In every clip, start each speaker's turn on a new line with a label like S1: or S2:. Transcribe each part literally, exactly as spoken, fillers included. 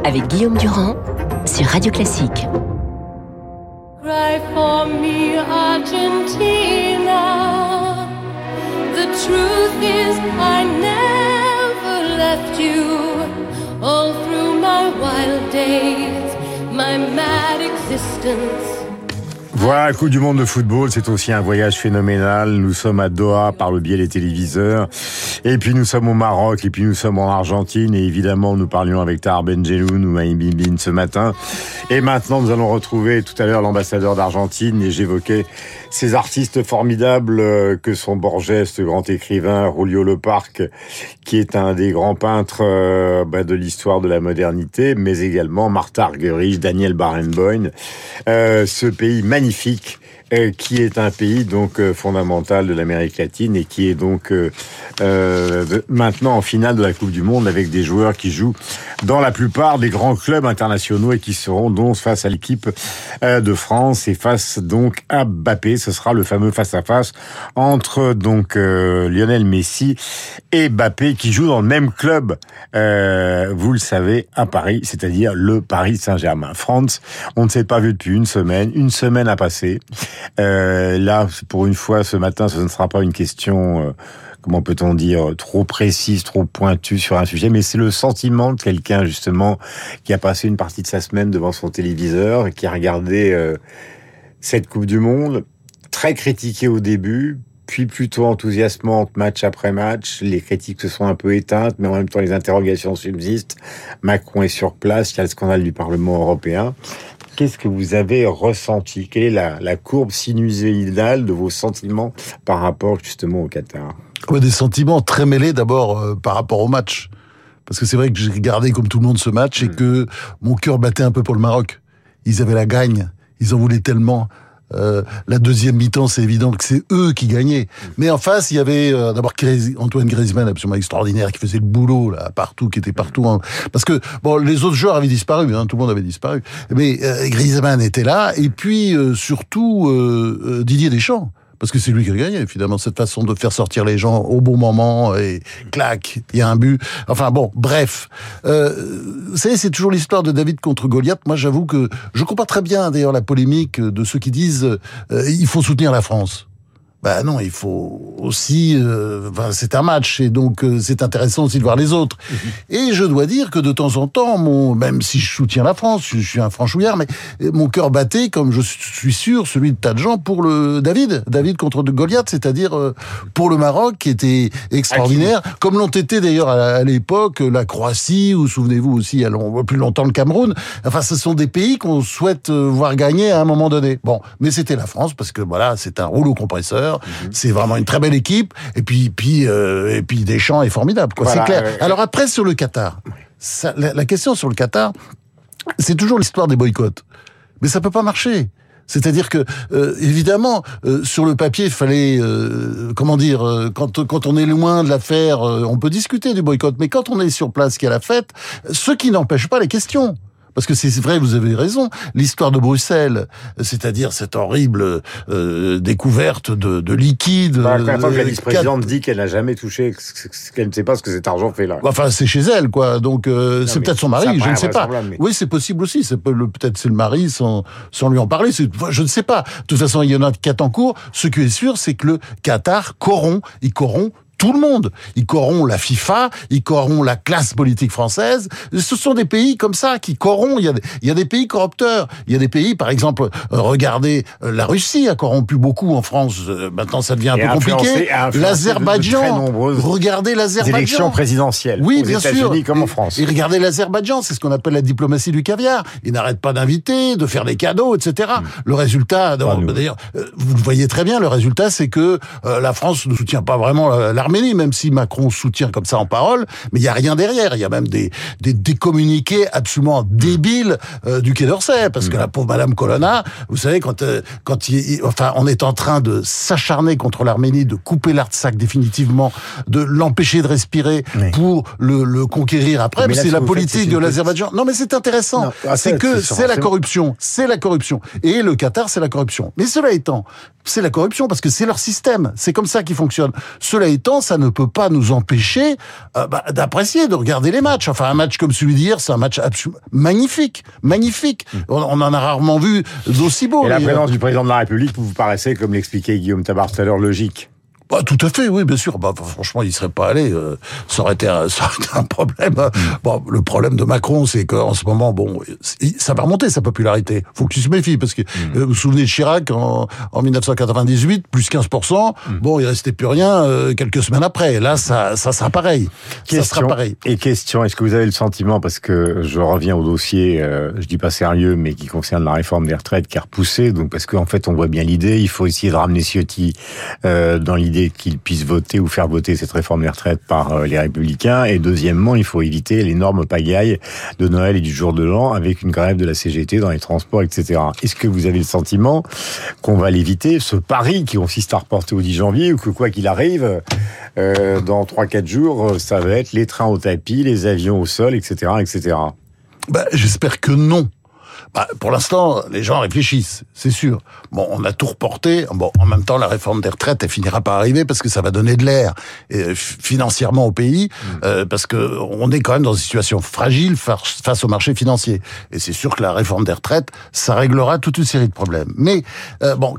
S1: avec Guillaume Durand sur Radio Classique.
S2: Cry for me, Argentina. The truth is I never left you. All through my wild days, my mad existence.
S3: Voilà, Coupe du monde de football, c'est aussi un voyage phénoménal. Nous sommes à Doha par le biais des téléviseurs. Et puis nous sommes au Maroc, et puis nous sommes en Argentine. Et évidemment, nous parlions avec Tahar Benjeloun ou Maïm Bimbine ce matin. Et maintenant, nous allons retrouver tout à l'heure l'ambassadeur d'Argentine. Et j'évoquais ces artistes formidables que sont Borges, ce grand écrivain, Julio Leparc, qui est un des grands peintres euh, bah, de l'histoire de la modernité, mais également Martha Argerich, Daniel Barenboim. Euh, ce pays magnifique, euh, qui est un pays donc euh, fondamental de l'Amérique latine et qui est donc euh, euh, maintenant en finale de la Coupe du Monde avec des joueurs qui jouent dans la plupart des grands clubs internationaux et qui seront donc face à l'équipe euh, de France et face donc à Mbappé. Ce sera le fameux face-à-face entre donc euh, Lionel Messi et Mbappé qui jouent dans le même club, euh, vous le savez, à Paris, c'est-à-dire le Paris Saint-Germain. France, on ne s'est pas vu depuis une semaine, une semaine à passer. Euh, là, pour une fois, ce matin, ce ne sera pas une question, euh, comment peut-on dire, trop précise, trop pointue sur un sujet, mais c'est le sentiment de quelqu'un, justement, qui a passé une partie de sa semaine devant son téléviseur et qui a regardé euh, cette Coupe du Monde, très critiquée au début, puis plutôt enthousiasmante match après match. Les critiques se sont un peu éteintes, mais en même temps, les interrogations subsistent. Macron est sur place, il y a le scandale du Parlement européen. Qu'est-ce que vous avez ressenti? Quelle est la, la courbe sinusoïdale de vos sentiments par rapport justement au Qatar?
S4: Ouais, des sentiments très mêlés d'abord euh, par rapport au match. Parce que c'est vrai que j'ai regardé comme tout le monde ce match mmh. et que mon cœur battait un peu pour le Maroc. Ils avaient la gagne, ils en voulaient tellement. Euh, la deuxième mi-temps, c'est évident que c'est eux qui gagnaient. Mais en face, il y avait euh, d'abord Antoine Griezmann, absolument extraordinaire, qui faisait le boulot là partout, qui était partout. Hein. Parce que bon, les autres joueurs avaient disparu, hein, tout le monde avait disparu. Mais euh, Griezmann était là, et puis euh, surtout euh, euh, Didier Deschamps. Parce que c'est lui qui a gagné, finalement, cette façon de faire sortir les gens au bon moment, et clac, il y a un but. Enfin bon, bref. Euh, vous savez, c'est toujours l'histoire de David contre Goliath. Moi, j'avoue que je comprends très bien, d'ailleurs, la polémique de ceux qui disent euh, il faut soutenir la France. Ben non, il faut aussi... Euh, enfin, c'est un match, et donc euh, c'est intéressant aussi de voir les autres. Mmh. Et je dois dire que de temps en temps, mon, même si je soutiens la France, je suis un franchouillard, mais mon cœur battait, comme je suis sûr, celui de tas de gens, pour le David. David contre Goliath, c'est-à-dire euh, pour le Maroc, qui était extraordinaire, Aki. Comme l'ont été d'ailleurs à, à l'époque la Croatie, ou souvenez-vous aussi, il y a long, plus longtemps le Cameroun. Enfin, ce sont des pays qu'on souhaite voir gagner à un moment donné. Bon, mais c'était la France, parce que voilà, c'est un rouleau compresseur. Mmh. C'est vraiment une très belle équipe. Et puis, puis, euh, et puis Deschamps est formidable, quoi. Voilà, c'est clair. Euh, Alors après, sur le Qatar, ça, la, la question sur le Qatar, c'est toujours l'histoire des boycotts. Mais ça peut pas marcher. C'est-à-dire que, euh, évidemment, euh, sur le papier, il fallait, euh, comment dire, euh, quand, quand on est loin de l'affaire, euh, on peut discuter du boycott. Mais quand on est sur place, qu'il y a la fête, ce qui n'empêche pas les questions. Parce que c'est vrai, vous avez raison, l'histoire de Bruxelles, c'est-à-dire cette horrible euh, découverte de, de liquide...
S3: Bah, quand euh, la vice-présidente quatre... dit qu'elle n'a jamais touché, qu'elle ne sait pas ce que cet argent fait là.
S4: Enfin, c'est chez elle, quoi. Donc, euh, non, c'est peut-être son mari, je ne sais pas. Mais... Oui, c'est possible aussi. C'est peut, peut-être c'est le mari sans, sans lui en parler. C'est, je ne sais pas. De toute façon, il y en a quatre en cours. Ce qui est sûr, c'est que le Qatar corrompt, il corrompt tout le monde. Ils corrompent la FIFA, ils corrompent la classe politique française. Ce sont des pays comme ça qui corrompent. Il y a, il y a des pays corrupteurs. Il y a des pays, par exemple, euh, regardez, euh, la Russie a corrompu beaucoup en France. Euh, maintenant, ça devient un et peu compliqué. L'Azerbaïdjan, regardez l'Azerbaïdjan.
S3: Élections présidentielles.
S4: Oui,
S3: aux
S4: bien
S3: États-Unis
S4: sûr.
S3: Comme en France.
S4: Et, et regardez l'Azerbaïdjan, c'est ce qu'on appelle la diplomatie du caviar. Ils n'arrêtent pas d'inviter, de faire des cadeaux, et cetera. Mmh. Le résultat, d'ailleurs, euh, vous le voyez très bien. Le résultat, c'est que euh, la France ne soutient pas vraiment l'armée. Même si Macron soutient comme ça en parole, mais il n'y a rien derrière. Il y a même des, des, des communiqués absolument débiles euh, du Quai d'Orsay, parce que la pauvre Madame Colonna, vous savez, quand, euh, quand il, enfin, on est en train de s'acharner contre l'Arménie, de couper l'Artsakh définitivement, de l'empêcher de respirer oui. pour le, le conquérir après, mais là, c'est la politique de l'Azerbaïdjan. Non, mais c'est intéressant. Non, ah, c'est que c'est, c'est la corruption. C'est la corruption. Et le Qatar, c'est la corruption. Mais cela étant, c'est la corruption parce que c'est leur système. C'est comme ça qu'ils fonctionnent. Cela étant, ça ne peut pas nous empêcher euh, bah, d'apprécier, de regarder les matchs. Enfin, un match comme celui d'hier, c'est un match absolument magnifique, magnifique. Mmh. On, on en a rarement vu d'aussi beau.
S3: Et la
S4: et,
S3: présence
S4: euh,
S3: du président de la République vous paraissait, comme l'expliquait Guillaume Tabar tout à l'heure, logique?
S4: Bah, tout à fait, oui, bien sûr. Bah, franchement, il serait pas allé. Euh, ça aurait été, un, ça aurait été un problème. Mmh. Bon, le problème de Macron, c'est qu'en ce moment, bon, ça va remonter sa popularité. Faut que tu se méfies parce que mmh. euh, vous vous souvenez de Chirac en, en dix-neuf cent quatre-vingt-dix-huit, plus quinze pour cent. Mmh. Bon, il restait plus rien euh, quelques semaines après. Là, ça, ça sera pareil.
S3: Question,
S4: ça sera pareil.
S3: Et question, est-ce que vous avez le sentiment, parce que je reviens au dossier, euh, je dis pas sérieux, mais qui concerne la réforme des retraites qui a repoussé, donc parce qu'en fait, on voit bien l'idée, il faut essayer de ramener Ciotti euh, dans l'idée qu'il puisse voter ou faire voter cette réforme des retraites par les Républicains. Et deuxièmement, il faut éviter l'énorme pagaille de Noël et du jour de l'an avec une grève de la C G T dans les transports, et cetera. Est-ce que vous avez le sentiment qu'on va l'éviter, ce pari qui consiste à reporter au dix janvier, ou que quoi qu'il arrive, euh, dans trois quatre jours, ça va être les trains au tapis, les avions au sol, et cetera, et cetera.
S4: Bah, j'espère que non. Bah, pour l'instant, les gens réfléchissent, c'est sûr. Bon, on a tout reporté. Bon, en même temps, la réforme des retraites, elle finira par arriver parce que ça va donner de l'air et, financièrement au pays, mmh. euh, parce que on est quand même dans une situation fragile face au marché financier. Et c'est sûr que la réforme des retraites, ça réglera toute une série de problèmes. Mais euh, bon,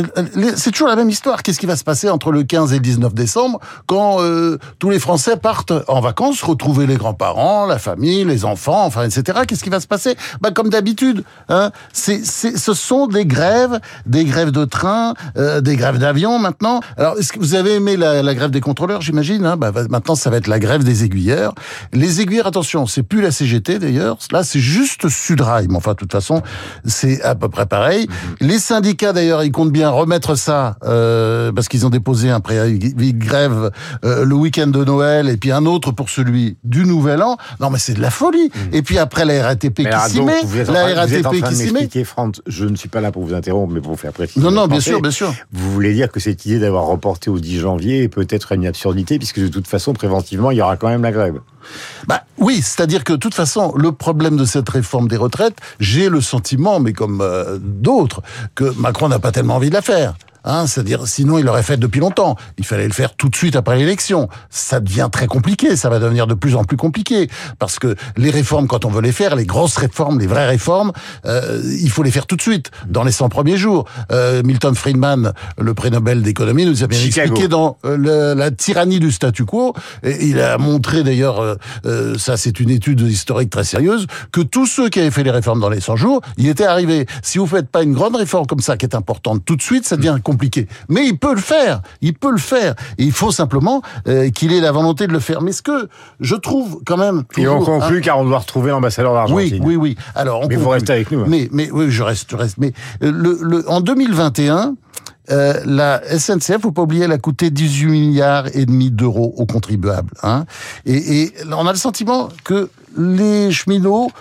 S4: c'est toujours la même histoire. Qu'est-ce qui va se passer entre le quinze et le dix-neuf décembre quand euh, tous les Français partent en vacances, retrouver les grands-parents, la famille, les enfants, enfin, et cetera. Qu'est-ce qui va se passer? Bah, comme d'habitude. Hein, c'est, c'est, ce sont des grèves, des grèves de train, euh, des grèves d'avion maintenant. Alors, est-ce que vous avez aimé la, la grève des contrôleurs, j'imagine, hein? Bah, maintenant, ça va être la grève des aiguilleurs. Les aiguilleurs, attention, c'est plus la C G T d'ailleurs. Là, c'est juste Sudrail. Mais enfin, de toute façon, c'est à peu près pareil. Mmh. Les syndicats, d'ailleurs, ils comptent bien remettre ça euh, parce qu'ils ont déposé un préavis de grève euh, le week-end de Noël et puis un autre pour celui du Nouvel An. Non, mais c'est de la folie. Mmh. Et puis après, la R A T P mais qui alors, s'y donc, met. La R A T P
S3: Vous êtes en train
S4: qui
S3: de m'expliquer, Franck, je ne suis pas là pour vous interrompre, mais pour vous faire préciser.
S4: Non, non, bien sûr, bien sûr.
S3: Vous voulez dire que cette idée d'avoir reporté au dix janvier est peut-être une absurdité, puisque de toute façon, préventivement, il y aura quand même la grève.
S4: Bah oui, c'est-à-dire que de toute façon, le problème de cette réforme des retraites, j'ai le sentiment, mais comme euh, d'autres, que Macron n'a pas tellement envie de la faire. Hein, c'est-à-dire, sinon il l'aurait fait depuis longtemps. Il fallait le faire tout de suite après l'élection. Ça devient très compliqué, ça va devenir de plus en plus compliqué. Parce que les réformes, quand on veut les faire, les grosses réformes, les vraies réformes, euh, il faut les faire tout de suite, dans les cent premiers jours. Euh, Milton Friedman, le prix Nobel d'économie, nous a bien Chicago. expliqué dans euh, le, la tyrannie du statu quo, et il a montré d'ailleurs, euh, euh, ça c'est une étude historique très sérieuse, que tous ceux qui avaient fait les réformes dans les cent jours, y étaient arrivés. Si vous faites pas une grande réforme comme ça, qui est importante tout de suite, ça devient compliqué. Mais il peut le faire, il peut le faire. Et il faut simplement euh, qu'il ait la volonté de le faire. Mais ce que je trouve quand même...
S3: Toujours, et on conclut, hein, car on doit retrouver l'ambassadeur d'Argentine.
S4: Oui, oui, oui. Alors, on
S3: mais
S4: conclut.
S3: Vous restez avec nous. Hein.
S4: Mais, mais oui, je reste, je reste. Mais le, le, en deux mille vingt et un... Euh, la S N C F, faut pas oublier, elle a coûté dix-huit milliards et demi d'euros aux contribuables. Hein. Et, et on a le sentiment que les cheminots,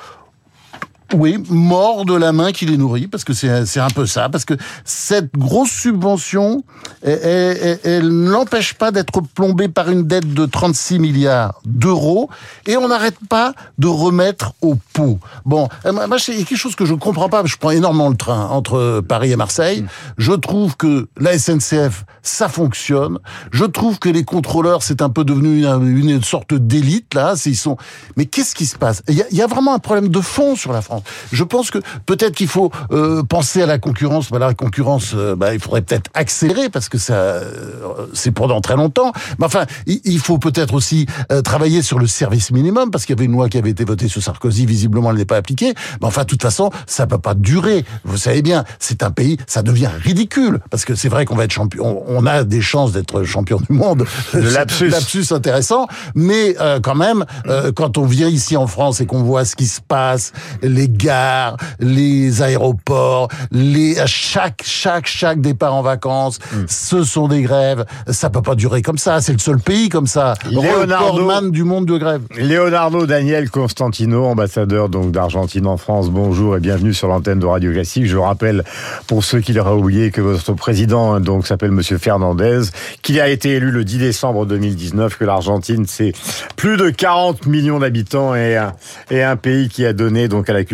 S4: oui, mord de la main qui les nourrit, parce que c'est, c'est un peu ça, parce que cette grosse subvention, elle, elle, elle n'empêche pas d'être plombée par une dette de trente-six milliards d'euros, et on n'arrête pas de remettre au pot. Bon, moi, c'est quelque chose que je comprends pas, je prends énormément le train entre Paris et Marseille, je trouve que la S N C F, ça fonctionne, je trouve que les contrôleurs, c'est un peu devenu une, une sorte d'élite, là, ils sont... Mais qu'est-ce qui se passe? Il y a, il y a vraiment un problème de fond sur la France. Je pense que peut-être qu'il faut euh, penser à la concurrence. Bah, la concurrence, euh, bah, il faudrait peut-être accélérer parce que ça, euh, c'est pour dans très longtemps. Mais enfin, il, il faut peut-être aussi euh, travailler sur le service minimum parce qu'il y avait une loi qui avait été votée sous Sarkozy. Visiblement, elle n'est pas appliquée. Mais enfin, de toute façon, ça peut pas durer. Vous savez bien, c'est un pays, ça devient ridicule parce que c'est vrai qu'on va être champion. On a des chances d'être champion du monde.
S3: Le lapsus,
S4: lapsus intéressant. Mais euh, quand même, euh, quand on vient ici en France et qu'on voit ce qui se passe, les gares, les aéroports, les à chaque chaque chaque départ en vacances, mmh. ce sont des grèves. Ça peut pas durer comme ça. C'est le seul pays comme ça. Recordman du monde de grève.
S3: Leonardo Daniel Constantino, ambassadeur donc d'Argentine en France. Bonjour et bienvenue sur l'antenne de Radio Classique. Je rappelle pour ceux qui l'auraient oublié que votre président donc s'appelle Monsieur Fernandez, qu'il a été élu le dix décembre deux mille dix-neuf, que l'Argentine c'est plus de quarante millions d'habitants et un, et un pays qui a donné donc à la culture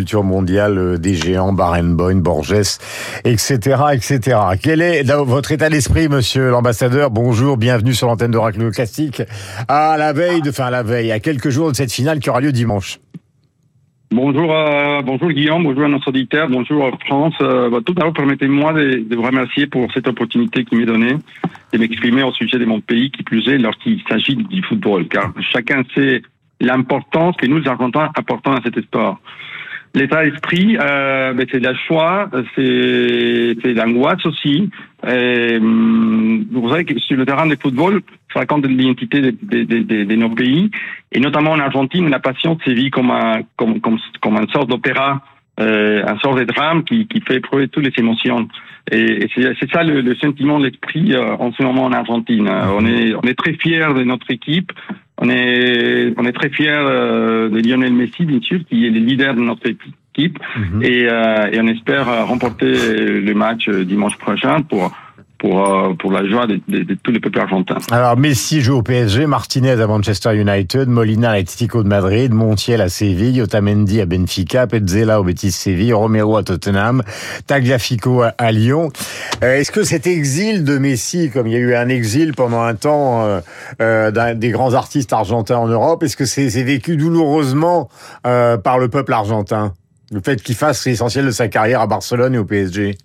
S3: culture mondiale des géants, Barenboim, Borges, et cetera, et cetera. Quel est votre état d'esprit, monsieur l'ambassadeur? Bonjour, bienvenue sur l'antenne de Radio Classique. À la veille, de, enfin à la veille, à quelques jours de cette finale qui aura lieu dimanche.
S5: Bonjour, euh, bonjour Guillaume, bonjour à nos auditeurs, bonjour France. Euh, bah, tout d'abord, permettez-moi de, de vous remercier pour cette opportunité qui m'est donnée de m'exprimer au sujet de mon pays, qui plus est lorsqu'il s'agit du football, car chacun sait l'importance que nous, Argentins, apportons à cet sport. L'état d'esprit, euh, ben, c'est la joie, c'est, c'est l'angoisse aussi. Et, vous savez que sur le terrain de football, ça raconte l'identité de, de, de, de, de nos pays, et notamment en Argentine, la passion sévit comme un comme comme comme une sorte d'opéra, euh, un sorte de drame qui qui fait éprouver toutes les émotions. Et, et c'est, c'est ça le, le sentiment de l'esprit euh, en ce moment en Argentine. Euh, on est on est très fiers de notre équipe. On est, on est très fiers euh, de Lionel Messi, bien sûr, qui est le leader de notre équipe, mmh. et, euh, et on espère remporter le match dimanche prochain pour pour pour la joie de, de, de tous les peuples argentins.
S3: Alors Messi joue au P S G, Martinez à Manchester United, Molina à l'Atlético de Madrid, Montiel à Séville, Otamendi à Benfica, Petzela au Betis Séville, Romero à Tottenham, Tagliafico à, à Lyon. Euh, est-ce que cet exil de Messi, comme il y a eu un exil pendant un temps euh, euh, d'un, des grands artistes argentins en Europe, est-ce que c'est, c'est vécu douloureusement euh, par le peuple argentin, le fait qu'il fasse l'essentiel de sa carrière à Barcelone et au P S G?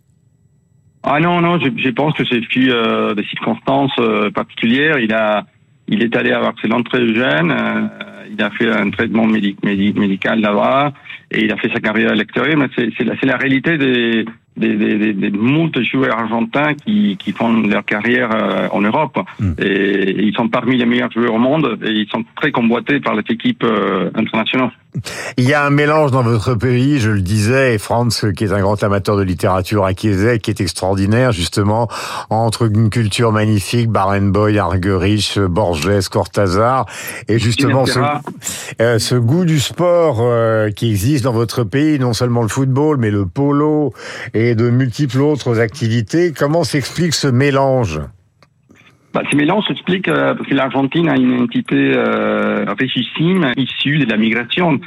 S5: Ah non, non, je, je pense que c'est dû euh, des circonstances euh, particulières. Il a, il est allé à Barcelone très jeune. Euh, il a fait un traitement médic, médic, médical là-bas et il a fait sa carrière à l'extérieur. Mais c'est, c'est, la, c'est la réalité des des, des, des, des moult joueurs argentins qui, qui font leur carrière euh, en Europe. Mm. Et, et ils sont parmi les meilleurs joueurs au monde et ils sont très convoités par les équipes euh, internationales.
S3: Il y a un mélange dans votre pays, je le disais, et Franz, qui est un grand amateur de littérature à Québec, qui est extraordinaire, justement, entre une culture magnifique, Barenboim, Argerich, Borges, Cortázar, et justement ce, euh, ce goût du sport euh, qui existe dans votre pays, non seulement le football, mais le polo et de multiples autres activités. Comment s'explique ce mélange ?
S5: Bah, ce mélange s'explique euh, parce que l'Argentine a une entité euh, richissime issue de la migration.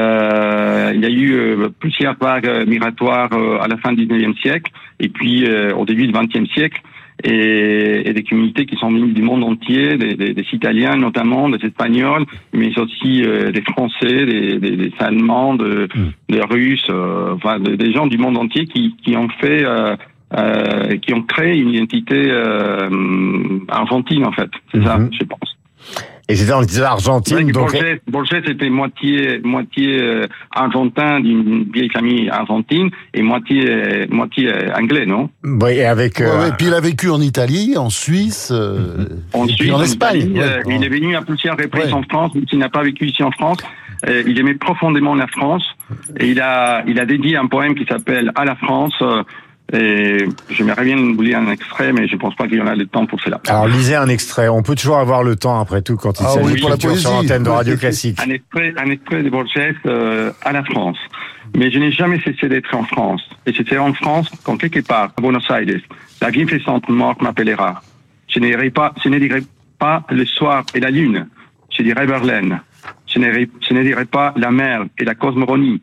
S5: Euh, il y a eu euh, plusieurs vagues migratoires euh, à la fin du dix-neuvième siècle et puis euh, au début du vingtième siècle, et, et des communautés qui sont venues du monde entier, des, des, des Italiens notamment, des Espagnols, mais aussi euh, des Français, des, des, des Allemands, de, mmh. des Russes, euh, enfin de, des gens du monde entier qui, qui ont fait... Euh, Euh, qui ont créé une identité euh, argentine, en fait. C'est mm-hmm. ça, je pense.
S3: Et c'était dans l'identité argentine, donc...
S5: Borges, Borges était moitié, moitié euh, argentin d'une vieille famille argentine et moitié, moitié anglais, non?
S3: Oui, et avec... Euh...
S4: Ouais, et puis il a vécu en Italie, en Suisse, euh,
S5: en
S4: et
S5: Suisse,
S4: puis en Espagne.
S5: Italie,
S4: ouais.
S5: euh, il est venu à plusieurs reprises ouais. en France, mais il n'a pas vécu ici en France. Euh, il aimait profondément la France et il a, il a dédié un poème qui s'appelle « À la France euh, ». Et j'aimerais bien vous lire un extrait, mais je pense pas qu'il y en a le temps pour cela.
S3: Alors, lisez un extrait. On peut toujours avoir le temps, après tout, quand il
S4: ah,
S3: s'agit
S4: oui,
S3: de culture sur l'antenne de Radio Classique.
S5: Un extrait, un extrait de Borges euh, à la France. Mais je n'ai jamais cessé d'être en France. Et je serai en France quand quelque part, à Buenos Aires, la bienfaisante mort m'appellera. Je n'irai pas, je ne dirai pas le soir et la lune. Je dirai Verlaine. Je ne, je ne dirai pas la mer et la cosmogonie.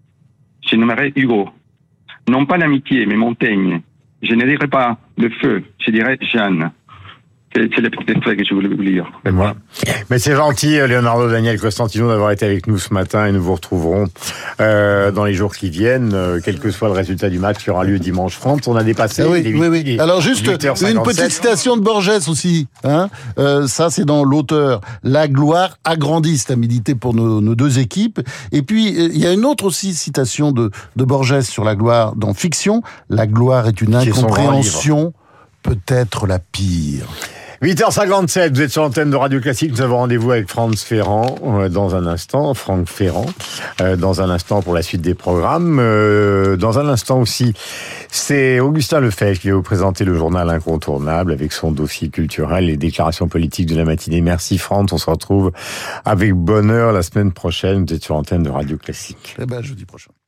S5: Je nommerai Hugo. Non pas l'amitié, mais Montaigne. Je ne dirai pas le feu, je dirais Jeanne. C'est le petit extrait que je voulais vous lire.
S3: Et moi. Mais c'est gentil, Leonardo Daniel Costantino, d'avoir été avec nous ce matin, et nous vous retrouverons euh, dans les jours qui viennent, euh, quel que soit le résultat du match qui aura lieu dimanche trente. On a dépassé
S4: ah oui,
S3: les huit,
S4: oui, oui.
S3: Les
S4: Alors juste une petite citation de Borges aussi. Hein euh, ça, c'est dans l'auteur. La gloire agrandisse, à méditer pour nos, nos deux équipes. Et puis, il y a une autre aussi citation de, de Borges sur la gloire dans Fiction. La gloire est une incompréhension, peut-être la pire.
S3: huit heures cinquante-sept, vous êtes sur l'antenne de Radio Classique, nous avons rendez-vous avec Franz Ferrand euh, dans un instant, Franck Ferrand, euh, dans un instant pour la suite des programmes. Euh, dans un instant aussi, c'est Augustin Lefebvre qui va vous présenter le journal incontournable avec son dossier culturel et déclarations politiques de la matinée. Merci Franz, on se retrouve avec bonheur la semaine prochaine, vous êtes sur l'antenne de Radio Classique.
S4: Eh ben, jeudi prochain.